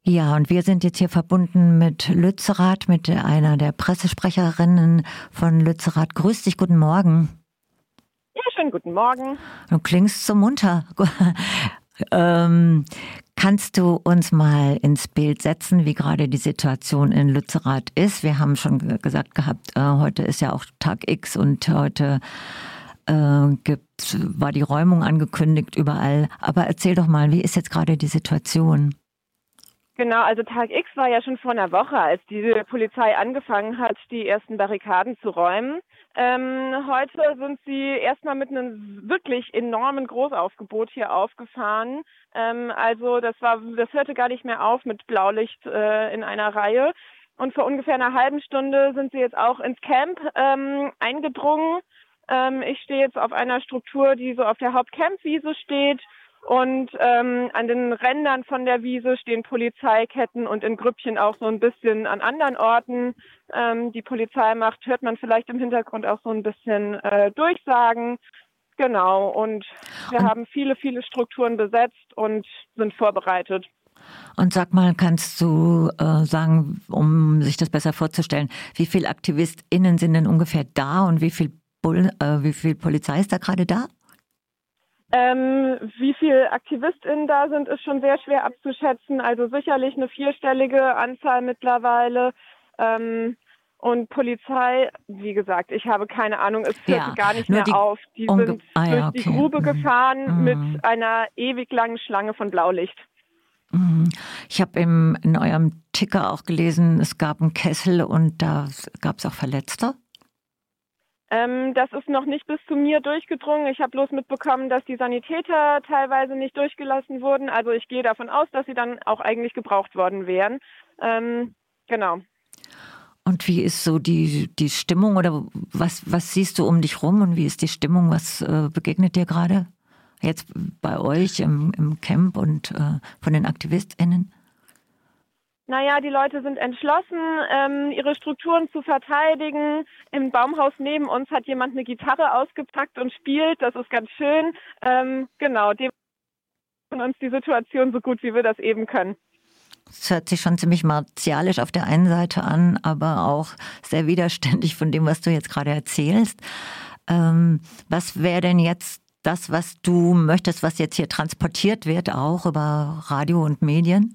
Ja, und wir sind jetzt hier verbunden mit Lützerath, mit einer der Pressesprecherinnen von Lützerath. Grüß dich, guten Morgen. Ja, schönen guten Morgen. Du klingst so munter. Kannst du uns mal ins Bild setzen, wie gerade die Situation in Lützerath ist? Wir haben schon gesagt gehabt, heute ist ja auch Tag X und heute war die Räumung angekündigt überall. Aber erzähl doch mal, wie ist jetzt gerade die Situation? Genau, also Tag X war ja schon vor einer Woche, als die Polizei angefangen hat, die ersten Barrikaden zu räumen. Heute sind sie erstmal mit einem wirklich enormen Großaufgebot hier aufgefahren. Also das hörte gar nicht mehr auf mit Blaulicht in einer Reihe. Und vor ungefähr einer halben Stunde sind sie jetzt auch ins Camp eingedrungen. Ich stehe jetzt auf einer Struktur, die so auf der Hauptcampwiese steht. Und an den Rändern von der Wiese stehen Polizeiketten und in Grüppchen auch so ein bisschen an anderen Orten. Die Polizei hört man vielleicht im Hintergrund auch so ein bisschen Durchsagen. Genau, und wir haben viele, viele Strukturen besetzt und sind vorbereitet. Und sag mal, kannst du sagen, um sich das besser vorzustellen, wie viele AktivistInnen sind denn ungefähr da und wie viel Polizei ist da gerade da? Wie viele AktivistInnen da sind, ist schon sehr schwer abzuschätzen. Also sicherlich eine vierstellige Anzahl mittlerweile. Und Polizei, wie gesagt, ich habe keine Ahnung, es hörte gar nicht mehr auf. Die sind durch die Grube gefahren mit einer ewig langen Schlange von Blaulicht. Ich habe in eurem Ticker auch gelesen, es gab einen Kessel und da gab es auch Verletzte. Das ist noch nicht bis zu mir durchgedrungen. Ich habe bloß mitbekommen, dass die Sanitäter teilweise nicht durchgelassen wurden. Also ich gehe davon aus, dass sie dann auch eigentlich gebraucht worden wären. Genau. Und wie ist so die Stimmung oder was siehst du um dich rum und wie ist die Stimmung? Was begegnet dir gerade jetzt bei euch im Camp und von den AktivistInnen? Naja, die Leute sind entschlossen, ihre Strukturen zu verteidigen. Im Baumhaus neben uns hat jemand eine Gitarre ausgepackt und spielt. Das ist ganz schön. Genau, dem von uns die Situation so gut, wie wir das eben können. Es hört sich schon ziemlich martialisch auf der einen Seite an, aber auch sehr widerständig von dem, was du jetzt gerade erzählst. Was wäre denn jetzt das, was du möchtest, was jetzt hier transportiert wird, auch über Radio und Medien?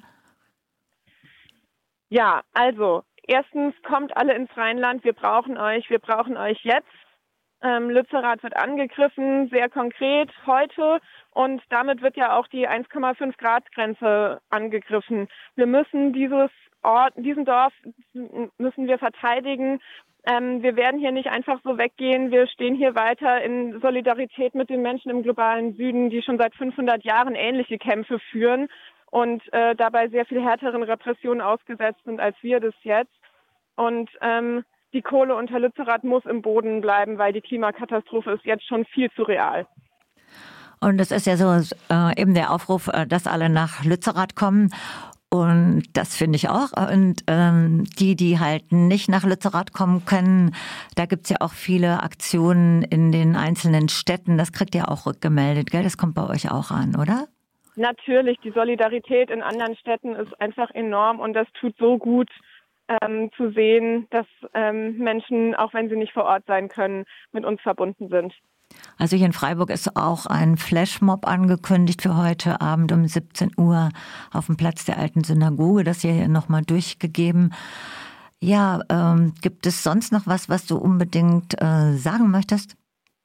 Ja, also erstens kommt alle ins Rheinland, wir brauchen euch jetzt. Lützerath wird angegriffen, sehr konkret heute und damit wird ja auch die 1,5 Grad Grenze angegriffen. Wir müssen diesen Dorf müssen wir verteidigen. Wir werden hier nicht einfach so weggehen. Wir stehen hier weiter in Solidarität mit den Menschen im globalen Süden, die schon seit 500 Jahren ähnliche Kämpfe führen und dabei sehr viel härteren Repressionen ausgesetzt sind als wir das jetzt. Und die Kohle unter Lützerath muss im Boden bleiben, weil die Klimakatastrophe ist jetzt schon viel zu real. Und es ist ja so eben der Aufruf, dass alle nach Lützerath kommen. Und das finde ich auch. Und die halt nicht nach Lützerath kommen können, da gibt es ja auch viele Aktionen in den einzelnen Städten. Das kriegt ihr auch rückgemeldet, gell? Das kommt bei euch auch an, oder? Natürlich, die Solidarität in anderen Städten ist einfach enorm und das tut so gut zu sehen, dass Menschen, auch wenn sie nicht vor Ort sein können, mit uns verbunden sind. Also hier in Freiburg ist auch ein Flashmob angekündigt für heute Abend um 17 Uhr auf dem Platz der alten Synagoge. Das hier nochmal durchgegeben. Ja, gibt es sonst noch was du unbedingt sagen möchtest?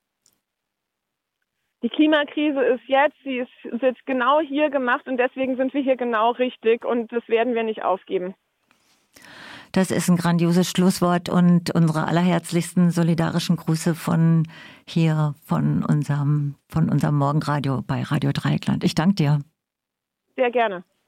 Die Klimakrise ist jetzt, wird genau hier gemacht und deswegen sind wir hier genau richtig und das werden wir nicht aufgeben. Das ist ein grandioses Schlusswort und unsere allerherzlichsten solidarischen Grüße von hier, von unserem Morgenradio bei Radio Dreieckland. Ich danke dir. Sehr gerne.